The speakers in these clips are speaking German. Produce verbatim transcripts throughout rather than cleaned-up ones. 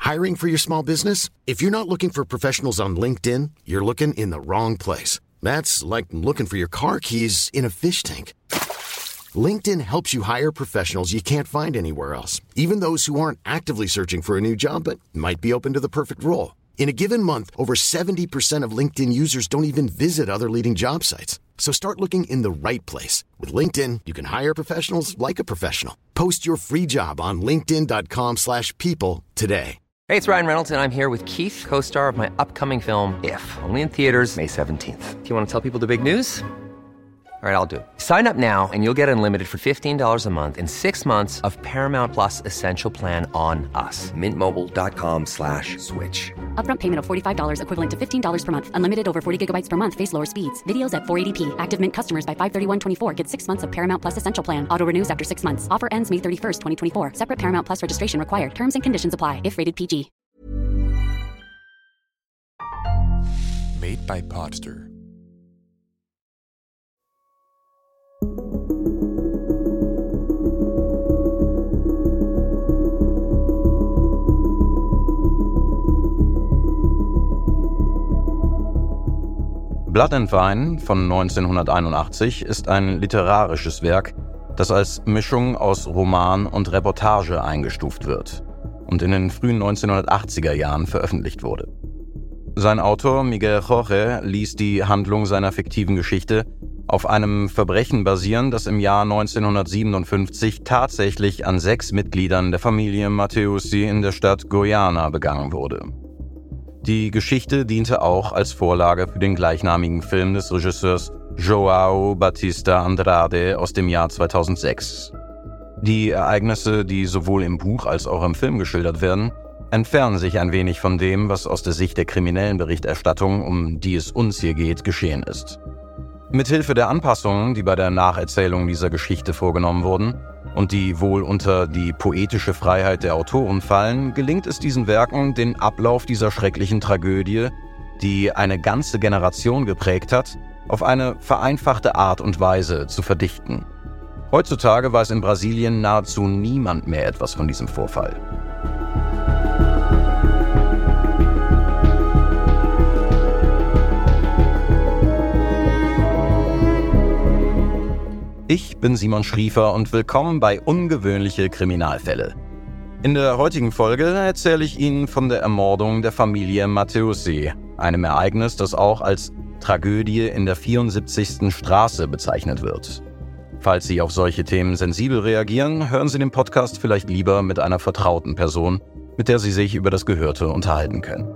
Hiring for your small business? If you're not looking for professionals on LinkedIn, you're looking in the wrong place. That's like looking for your car keys in a fish tank. LinkedIn helps you hire professionals you can't find anywhere else, even those who aren't actively searching for a new job but might be open to the perfect role. In a given month, over seventy percent of LinkedIn users don't even visit other leading job sites. So start looking in the right place. With LinkedIn, you can hire professionals like a professional. Post your free job on linkedin dot com slash people today. Hey, it's Ryan Reynolds, and I'm here with Keith, co-star of my upcoming film, If, only in theaters May seventeenth. Do you want to tell people the big news? All right, I'll do it. Sign up now and you'll get unlimited for fifteen dollars a month and six months of Paramount Plus Essential Plan on us. Mint Mobile dot com slash switch. Upfront payment of forty-five dollars equivalent to fifteen dollars per month. Unlimited over forty gigabytes per month. Face lower speeds. Videos at four eighty p. Active Mint customers by five thirty-one twenty-four get six months of Paramount Plus Essential Plan. Auto renews after six months. Offer ends May thirty-first, twenty twenty-four. Separate Paramount Plus registration required. Terms and conditions apply if rated P G. Made by Podster. Blood and Wine von neunzehnhunderteinundachtzig ist ein literarisches Werk, das als Mischung aus Roman und Reportage eingestuft wird und in den frühen neunzehnhundertachtziger Jahren veröffentlicht wurde. Sein Autor Miguel Jorge ließ die Handlung seiner fiktiven Geschichte auf einem Verbrechen basieren, das im Jahr neunzehnhundertsiebenundfünfzig tatsächlich an sechs Mitgliedern der Familie Matteucci in der Stadt Guyana begangen wurde. Die Geschichte diente auch als Vorlage für den gleichnamigen Film des Regisseurs João Batista Andrade aus dem Jahr zweitausendsechs. Die Ereignisse, die sowohl im Buch als auch im Film geschildert werden, entfernen sich ein wenig von dem, was aus der Sicht der kriminellen Berichterstattung, um die es uns hier geht, geschehen ist. Mithilfe der Anpassungen, die bei der Nacherzählung dieser Geschichte vorgenommen wurden und die wohl unter die poetische Freiheit der Autoren fallen, gelingt es diesen Werken, den Ablauf dieser schrecklichen Tragödie, die eine ganze Generation geprägt hat, auf eine vereinfachte Art und Weise zu verdichten. Heutzutage weiß in Brasilien nahezu niemand mehr etwas von diesem Vorfall. Ich bin Simon Schriefer und willkommen bei Ungewöhnliche Kriminalfälle. In der heutigen Folge erzähle ich Ihnen von der Ermordung der Familie Matteucci, einem Ereignis, das auch als Tragödie in der vierundsiebzigsten Straße bezeichnet wird. Falls Sie auf solche Themen sensibel reagieren, hören Sie den Podcast vielleicht lieber mit einer vertrauten Person, mit der Sie sich über das Gehörte unterhalten können.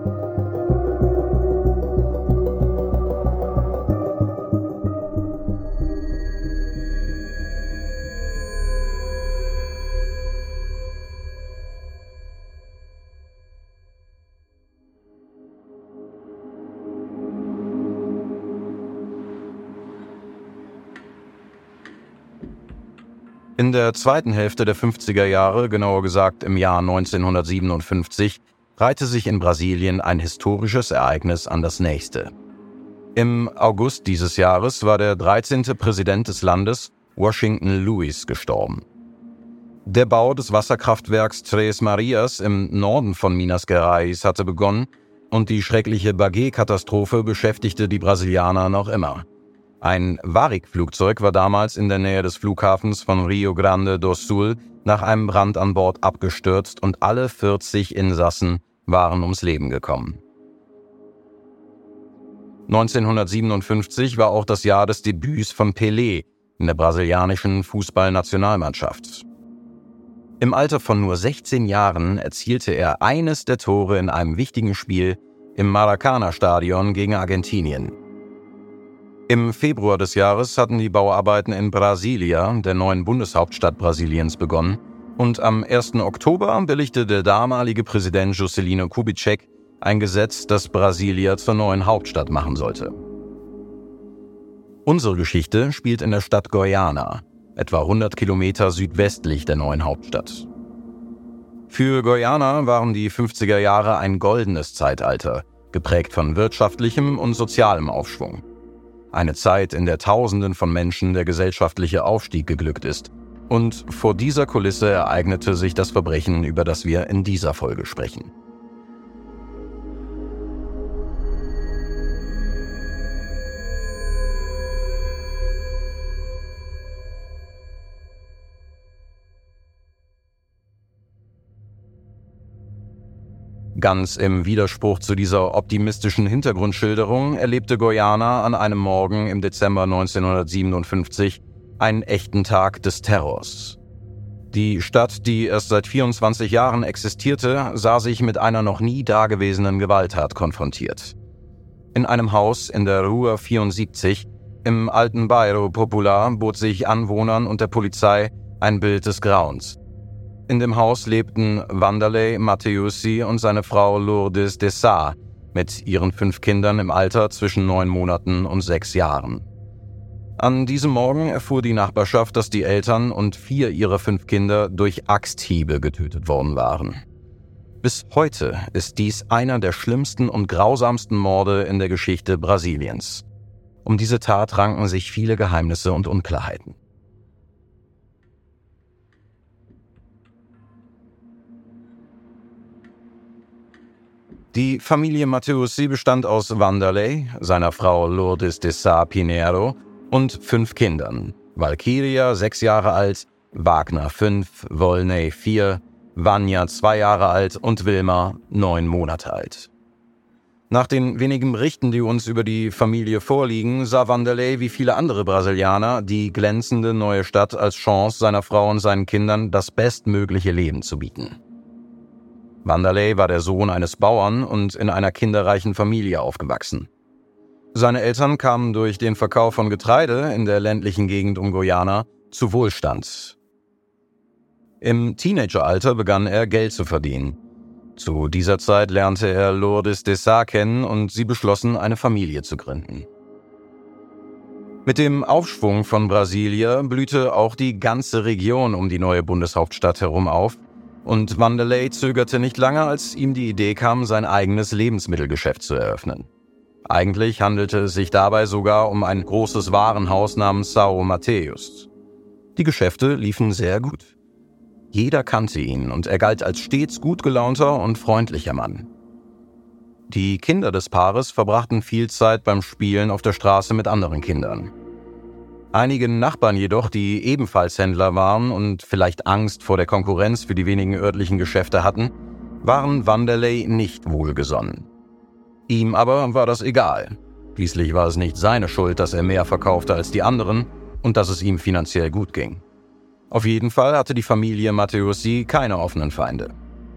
In der zweiten Hälfte der fünfziger Jahre, genauer gesagt im Jahr neunzehnhundertsiebenundfünfzig, reihte sich in Brasilien ein historisches Ereignis an das nächste. Im August dieses Jahres war der dreizehnte Präsident des Landes, Washington Lewis, gestorben. Der Bau des Wasserkraftwerks Três Marias im Norden von Minas Gerais hatte begonnen und die schreckliche Bagué-Katastrophe beschäftigte die Brasilianer noch immer. Ein Varig-Flugzeug war damals in der Nähe des Flughafens von Rio Grande do Sul nach einem Brand an Bord abgestürzt und alle vierzig Insassen waren ums Leben gekommen. neunzehnhundertsiebenundfünfzig war auch das Jahr des Debüts von Pelé in der brasilianischen Fußballnationalmannschaft. Im Alter von nur sechzehn Jahren erzielte er eines der Tore in einem wichtigen Spiel im Maracanã-Stadion gegen Argentinien. Im Februar des Jahres hatten die Bauarbeiten in Brasilia, der neuen Bundeshauptstadt Brasiliens, begonnen und am ersten Oktober billigte der damalige Präsident Juscelino Kubitschek ein Gesetz, das Brasilia zur neuen Hauptstadt machen sollte. Unsere Geschichte spielt in der Stadt Goiânia, etwa hundert Kilometer südwestlich der neuen Hauptstadt. Für Goiânia waren die fünfziger Jahre ein goldenes Zeitalter, geprägt von wirtschaftlichem und sozialem Aufschwung. Eine Zeit, in der Tausenden von Menschen der gesellschaftliche Aufstieg geglückt ist Und vor dieser Kulisse ereignete sich das Verbrechen, über das wir in dieser Folge sprechen. Ganz im Widerspruch zu dieser optimistischen Hintergrundschilderung erlebte Guyana an einem Morgen im Dezember neunzehnhundertsiebenundfünfzig einen echten Tag des Terrors. Die Stadt, die erst seit vierundzwanzig Jahren existierte, sah sich mit einer noch nie dagewesenen Gewalttat konfrontiert. In einem Haus in der Rua vierundsiebzig im alten Bairro Popular bot sich Anwohnern und der Polizei ein Bild des Grauens. In dem Haus lebten Wanderlei Mateusi und seine Frau Lourdes Dessart mit ihren fünf Kindern im Alter zwischen neun Monaten und sechs Jahren. An diesem Morgen erfuhr die Nachbarschaft, dass die Eltern und vier ihrer fünf Kinder durch Axthiebe getötet worden waren. Bis heute ist dies einer der schlimmsten und grausamsten Morde in der Geschichte Brasiliens. Um diese Tat ranken sich viele Geheimnisse und Unklarheiten. Die Familie Mateusi bestand aus Wanderlei, seiner Frau Lourdes Dessart Pinheiro und fünf Kindern: Valkyria, sechs Jahre alt, Wagner, fünf, Volney, vier, Vanya, zwei Jahre alt und Wilma, neun Monate alt. Nach den wenigen Berichten, die uns über die Familie vorliegen, sah Wanderlei wie viele andere Brasilianer die glänzende neue Stadt als Chance, seiner Frau und seinen Kindern das bestmögliche Leben zu bieten. Wanderlei war der Sohn eines Bauern und in einer kinderreichen Familie aufgewachsen. Seine Eltern kamen durch den Verkauf von Getreide in der ländlichen Gegend um Guyana zu Wohlstand. Im Teenageralter begann er, Geld zu verdienen. Zu dieser Zeit lernte er Lourdes Dessart kennen und sie beschlossen, eine Familie zu gründen. Mit dem Aufschwung von Brasilia blühte auch die ganze Region um die neue Bundeshauptstadt herum auf, und Wanderlei zögerte nicht lange, als ihm die Idee kam, sein eigenes Lebensmittelgeschäft zu eröffnen. Eigentlich handelte es sich dabei sogar um ein großes Warenhaus namens São Mateus. Die Geschäfte liefen sehr gut. Jeder kannte ihn und er galt als stets gut gelaunter und freundlicher Mann. Die Kinder des Paares verbrachten viel Zeit beim Spielen auf der Straße mit anderen Kindern. Einige Nachbarn jedoch, die ebenfalls Händler waren und vielleicht Angst vor der Konkurrenz für die wenigen örtlichen Geschäfte hatten, waren Wanderlei nicht wohlgesonnen. Ihm aber war das egal. Schließlich war es nicht seine Schuld, dass er mehr verkaufte als die anderen und dass es ihm finanziell gut ging. Auf jeden Fall hatte die Familie Mateusi keine offenen Feinde.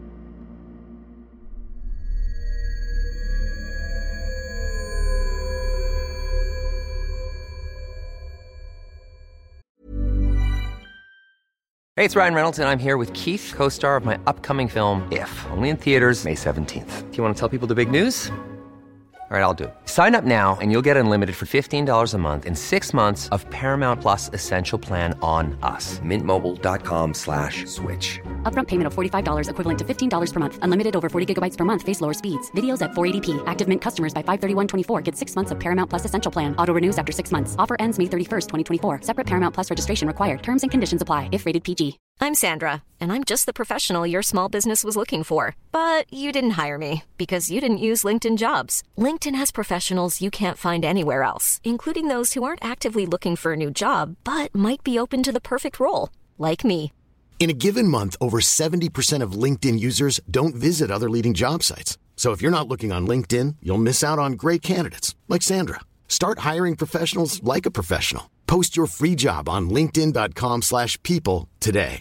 Hey, it's Ryan Reynolds, and I'm here with Keith, co-star of my upcoming film, If, only in theaters May seventeenth. Do you want to tell people the big news? All right, I'll do it. Sign up now and you'll get unlimited for fifteen dollars a month and six months of Paramount Plus Essential Plan on us. Mint Mobile dot com slash switch. Upfront payment of forty-five dollars equivalent to fifteen dollars per month. Unlimited over forty gigabytes per month. Face lower speeds. Videos at four eighty p. Active Mint customers by five thirty-one twenty-four get six months of Paramount Plus Essential Plan. Auto renews after six months. Offer ends May thirty-first, twenty twenty-four. Separate Paramount Plus registration required. Terms and conditions apply if rated P G. I'm Sandra, and I'm just the professional your small business was looking for. But you didn't hire me because you didn't use LinkedIn Jobs. LinkedIn has professionals you can't find anywhere else, including those who aren't actively looking for a new job, but might be open to the perfect role, like me. In a given month, over seventy percent of LinkedIn users don't visit other leading job sites. So if you're not looking on LinkedIn, you'll miss out on great candidates like Sandra. Start hiring professionals like a professional. Post your free job on linkedin dot com slash people today.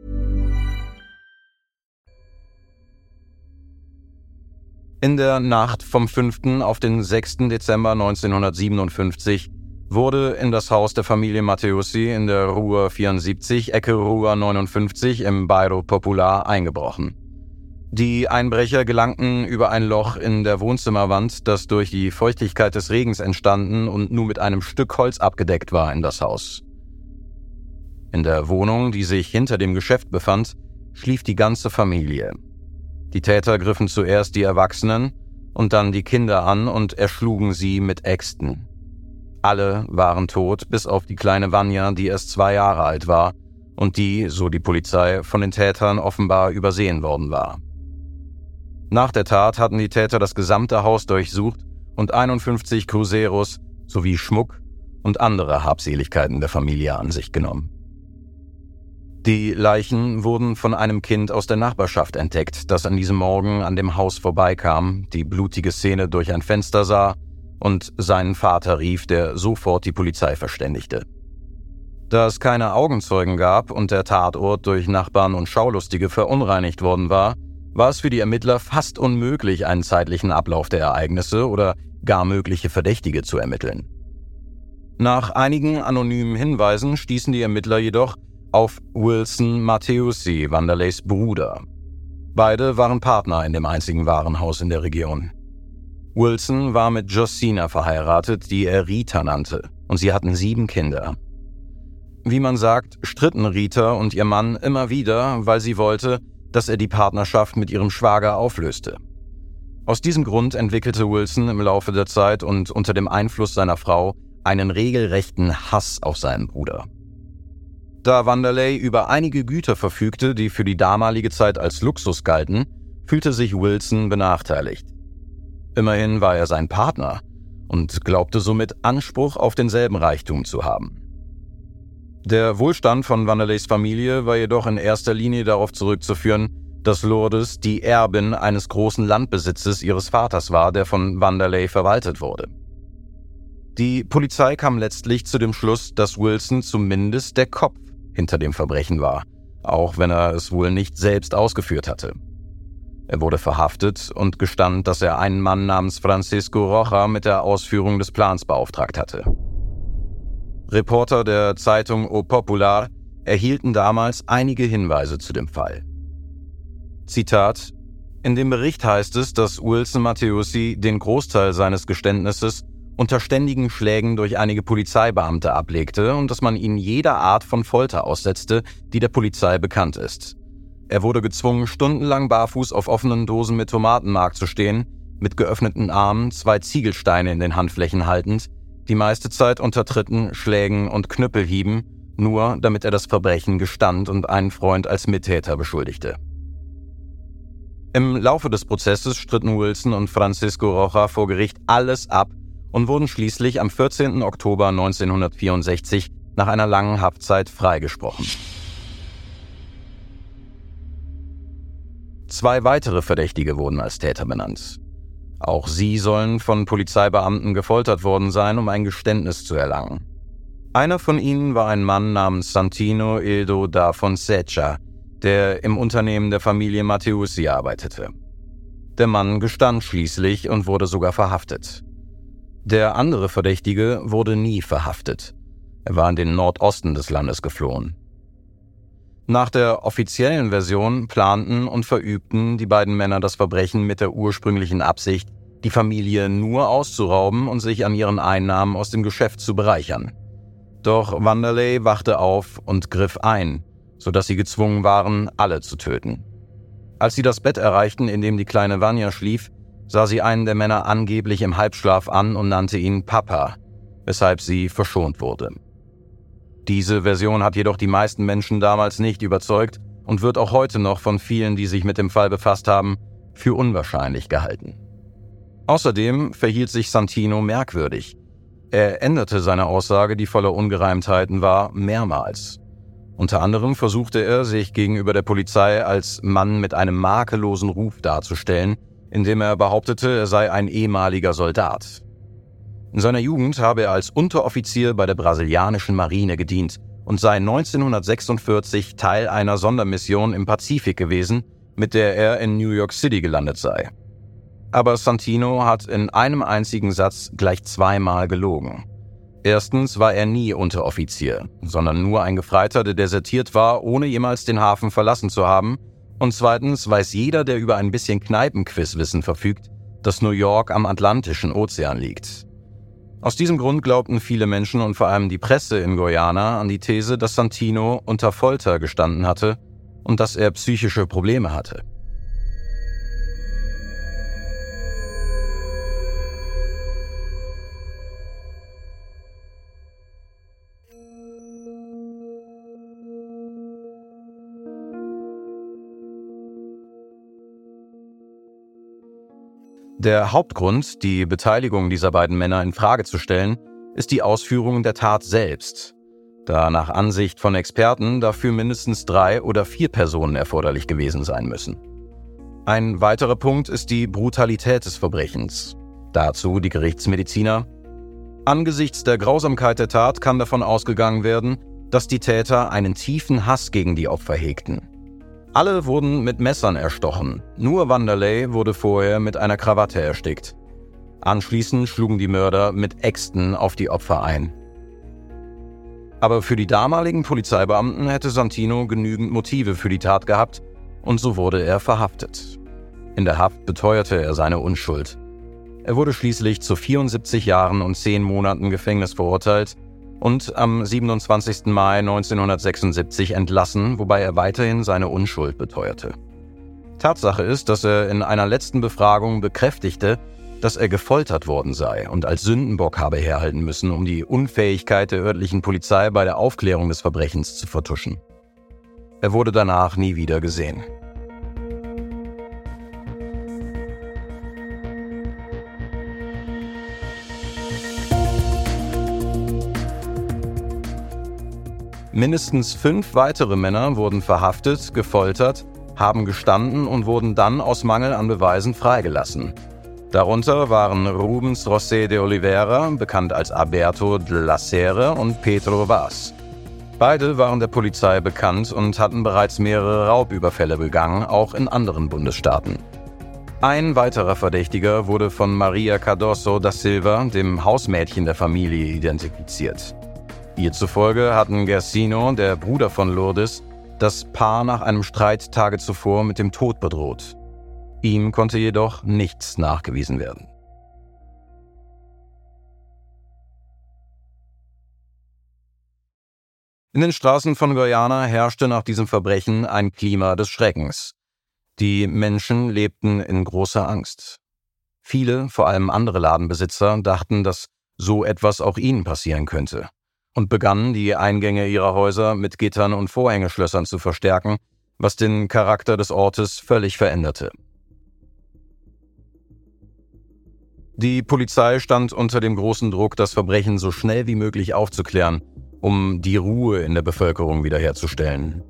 In der Nacht vom fünften auf den sechsten Dezember neunzehnhundertsiebenundfünfzig wurde in das Haus der Familie Mateusi in der Rua vierundsiebzig, Ecke Rua neunundfünfzig im Bairro Popular eingebrochen. Die Einbrecher gelangten über ein Loch in der Wohnzimmerwand, das durch die Feuchtigkeit des Regens entstanden und nur mit einem Stück Holz abgedeckt war, in das Haus. In der Wohnung, die sich hinter dem Geschäft befand, schlief die ganze Familie. Die Täter griffen zuerst die Erwachsenen und dann die Kinder an und erschlugen sie mit Äxten. Alle waren tot, bis auf die kleine Vanya, die erst zwei Jahre alt war und die, so die Polizei, von den Tätern offenbar übersehen worden war. Nach der Tat hatten die Täter das gesamte Haus durchsucht und einundfünfzig Cruzeros sowie Schmuck und andere Habseligkeiten der Familie an sich genommen. Die Leichen wurden von einem Kind aus der Nachbarschaft entdeckt, das an diesem Morgen an dem Haus vorbeikam, die blutige Szene durch ein Fenster sah und seinen Vater rief, der sofort die Polizei verständigte. Da es keine Augenzeugen gab und der Tatort durch Nachbarn und Schaulustige verunreinigt worden war, war es für die Ermittler fast unmöglich, einen zeitlichen Ablauf der Ereignisse oder gar mögliche Verdächtige zu ermitteln. Nach einigen anonymen Hinweisen stießen die Ermittler jedoch auf Wilson Matteucci, Wanderleys Bruder. Beide waren Partner in dem einzigen Warenhaus in der Region. Wilson war mit Josina verheiratet, die er Rita nannte, und sie hatten sieben Kinder. Wie man sagt, stritten Rita und ihr Mann immer wieder, weil sie wollte, dass er die Partnerschaft mit ihrem Schwager auflöste. Aus diesem Grund entwickelte Wilson im Laufe der Zeit und unter dem Einfluss seiner Frau einen regelrechten Hass auf seinen Bruder. Da Wanderley über einige Güter verfügte, die für die damalige Zeit als Luxus galten, fühlte sich Wilson benachteiligt. Immerhin war er sein Partner und glaubte somit Anspruch auf denselben Reichtum zu haben. Der Wohlstand von Wanderleys Familie war jedoch in erster Linie darauf zurückzuführen, dass Lourdes die Erbin eines großen Landbesitzes ihres Vaters war, der von Wanderley verwaltet wurde. Die Polizei kam letztlich zu dem Schluss, dass Wilson zumindest der Kopf hinter dem Verbrechen war, auch wenn er es wohl nicht selbst ausgeführt hatte. Er wurde verhaftet und gestand, dass er einen Mann namens Francisco Rocha mit der Ausführung des Plans beauftragt hatte. Reporter der Zeitung O Popular erhielten damals einige Hinweise zu dem Fall. Zitat: In dem Bericht heißt es, dass Wilson Matteucci den Großteil seines Geständnisses unter ständigen Schlägen durch einige Polizeibeamte ablegte und dass man ihn jeder Art von Folter aussetzte, die der Polizei bekannt ist. Er wurde gezwungen, stundenlang barfuß auf offenen Dosen mit Tomatenmark zu stehen, mit geöffneten Armen, zwei Ziegelsteine in den Handflächen haltend, die meiste Zeit unter Tritten, Schlägen und Knüppelhieben, nur damit er das Verbrechen gestand und einen Freund als Mittäter beschuldigte. Im Laufe des Prozesses stritten Wilson und Francisco Rocha vor Gericht alles ab und wurden schließlich am vierzehnten Oktober neunzehnhundertvierundsechzig nach einer langen Haftzeit freigesprochen. Zwei weitere Verdächtige wurden als Täter benannt. Auch sie sollen von Polizeibeamten gefoltert worden sein, um ein Geständnis zu erlangen. Einer von ihnen war ein Mann namens Santino Ildo da Fonseca, der im Unternehmen der Familie Matteucci arbeitete. Der Mann gestand schließlich und wurde sogar verhaftet. Der andere Verdächtige wurde nie verhaftet. Er war in den Nordosten des Landes geflohen. Nach der offiziellen Version planten und verübten die beiden Männer das Verbrechen mit der ursprünglichen Absicht, die Familie nur auszurauben und sich an ihren Einnahmen aus dem Geschäft zu bereichern. Doch Wanderley wachte auf und griff ein, sodass sie gezwungen waren, alle zu töten. Als sie das Bett erreichten, in dem die kleine Vanya schlief, sah sie einen der Männer angeblich im Halbschlaf an und nannte ihn Papa, weshalb sie verschont wurde. Diese Version hat jedoch die meisten Menschen damals nicht überzeugt und wird auch heute noch von vielen, die sich mit dem Fall befasst haben, für unwahrscheinlich gehalten. Außerdem verhielt sich Santino merkwürdig. Er änderte seine Aussage, die voller Ungereimtheiten war, mehrmals. Unter anderem versuchte er, sich gegenüber der Polizei als Mann mit einem makellosen Ruf darzustellen, indem er behauptete, er sei ein ehemaliger Soldat. In seiner Jugend habe er als Unteroffizier bei der brasilianischen Marine gedient und sei neunzehnhundertsechsundvierzig Teil einer Sondermission im Pazifik gewesen, mit der er in New York City gelandet sei. Aber Santino hat in einem einzigen Satz gleich zweimal gelogen. Erstens war er nie Unteroffizier, sondern nur ein Gefreiter, der desertiert war, ohne jemals den Hafen verlassen zu haben. Und zweitens weiß jeder, der über ein bisschen Kneipenquizwissen verfügt, dass New York am Atlantischen Ozean liegt. Aus diesem Grund glaubten viele Menschen und vor allem die Presse in Guyana an die These, dass Santino unter Folter gestanden hatte und dass er psychische Probleme hatte. Der Hauptgrund, die Beteiligung dieser beiden Männer in Frage zu stellen, ist die Ausführung der Tat selbst, da nach Ansicht von Experten dafür mindestens drei oder vier Personen erforderlich gewesen sein müssen. Ein weiterer Punkt ist die Brutalität des Verbrechens. Dazu die Gerichtsmediziner: Angesichts der Grausamkeit der Tat kann davon ausgegangen werden, dass die Täter einen tiefen Hass gegen die Opfer hegten. Alle wurden mit Messern erstochen, nur Wanderley wurde vorher mit einer Krawatte erstickt. Anschließend schlugen die Mörder mit Äxten auf die Opfer ein. Aber für die damaligen Polizeibeamten hätte Santino genügend Motive für die Tat gehabt und so wurde er verhaftet. In der Haft beteuerte er seine Unschuld. Er wurde schließlich zu vierundsiebzig Jahren und zehn Monaten Gefängnis verurteilt und am siebenundzwanzigsten Mai neunzehnhundertsechsundsiebzig entlassen, wobei er weiterhin seine Unschuld beteuerte. Tatsache ist, dass er in einer letzten Befragung bekräftigte, dass er gefoltert worden sei und als Sündenbock habe herhalten müssen, um die Unfähigkeit der örtlichen Polizei bei der Aufklärung des Verbrechens zu vertuschen. Er wurde danach nie wieder gesehen. Mindestens fünf weitere Männer wurden verhaftet, gefoltert, haben gestanden und wurden dann aus Mangel an Beweisen freigelassen. Darunter waren Rubens José de Oliveira, bekannt als Alberto de la Serre, und Pedro Vaz. Beide waren der Polizei bekannt und hatten bereits mehrere Raubüberfälle begangen, auch in anderen Bundesstaaten. Ein weiterer Verdächtiger wurde von Maria Cardoso da Silva, dem Hausmädchen der Familie, identifiziert. Ihr zufolge hatten Gersino, der Bruder von Lourdes, das Paar nach einem Streit Tage zuvor mit dem Tod bedroht. Ihm konnte jedoch nichts nachgewiesen werden. In den Straßen von Guyana herrschte nach diesem Verbrechen ein Klima des Schreckens. Die Menschen lebten in großer Angst. Viele, vor allem andere Ladenbesitzer, dachten, dass so etwas auch ihnen passieren könnte und begannen, die Eingänge ihrer Häuser mit Gittern und Vorhängeschlössern zu verstärken, was den Charakter des Ortes völlig veränderte. Die Polizei stand unter dem großen Druck, das Verbrechen so schnell wie möglich aufzuklären, um die Ruhe in der Bevölkerung wiederherzustellen.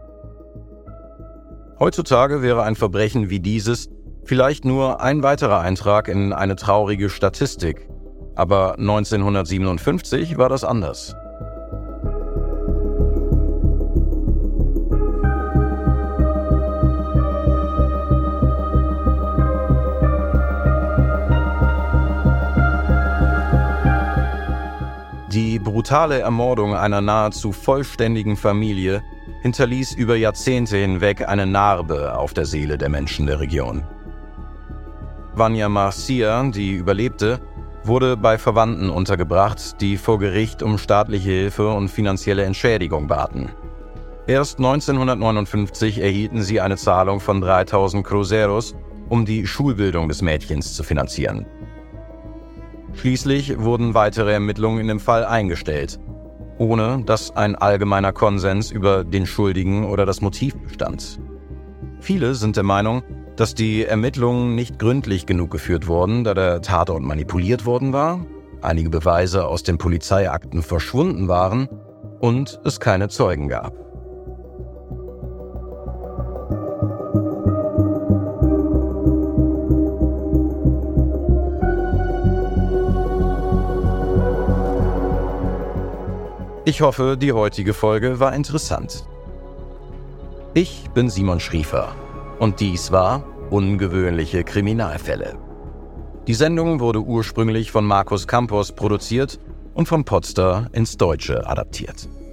Heutzutage wäre ein Verbrechen wie dieses vielleicht nur ein weiterer Eintrag in eine traurige Statistik, aber neunzehnhundertsiebenundfünfzig war das anders. Die brutale Ermordung einer nahezu vollständigen Familie hinterließ über Jahrzehnte hinweg eine Narbe auf der Seele der Menschen der Region. Vania Marcia, die überlebte, wurde bei Verwandten untergebracht, die vor Gericht um staatliche Hilfe und finanzielle Entschädigung baten. Erst neunzehnhundertneunundfünfzig erhielten sie eine Zahlung von dreitausend Cruzeros, um die Schulbildung des Mädchens zu finanzieren. Schließlich wurden weitere Ermittlungen in dem Fall eingestellt, ohne dass ein allgemeiner Konsens über den Schuldigen oder das Motiv bestand. Viele sind der Meinung, dass die Ermittlungen nicht gründlich genug geführt wurden, da der Tatort manipuliert worden war, einige Beweise aus den Polizeiakten verschwunden waren und es keine Zeugen gab. Ich hoffe, die heutige Folge war interessant. Ich bin Simon Schriefer und dies war Ungewöhnliche Kriminalfälle. Die Sendung wurde ursprünglich von Markus Campos produziert und von Podster ins Deutsche adaptiert.